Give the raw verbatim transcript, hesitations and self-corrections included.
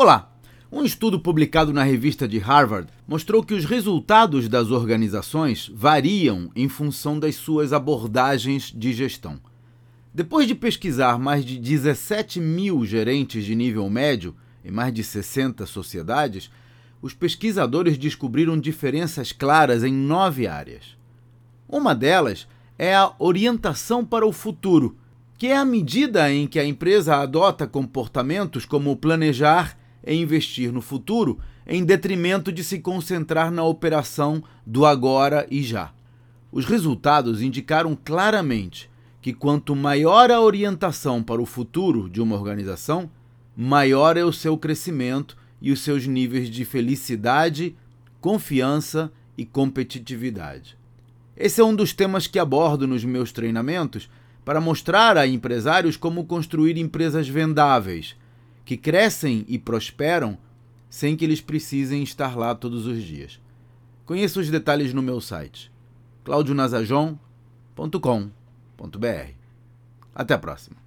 Olá! Um estudo publicado na revista de Harvard mostrou que os resultados das organizações variam em função das suas abordagens de gestão. Depois de pesquisar mais de dezessete mil gerentes de nível médio em mais de sessenta sociedades, os pesquisadores descobriram diferenças claras em nove áreas. Uma delas é a orientação para o futuro, que é a medida em que a empresa adota comportamentos como planejar e investir no futuro, em detrimento de se concentrar na operação do agora e já. Os resultados indicaram claramente que quanto maior a orientação para o futuro de uma organização, maior é o seu crescimento e os seus níveis de felicidade, confiança e competitividade. Esse é um dos temas que abordo nos meus treinamentos para mostrar a empresários como construir empresas vendáveis, que crescem e prosperam sem que eles precisem estar lá todos os dias. Conheça os detalhes no meu site, claudio nazajon ponto com ponto br. Até a próxima.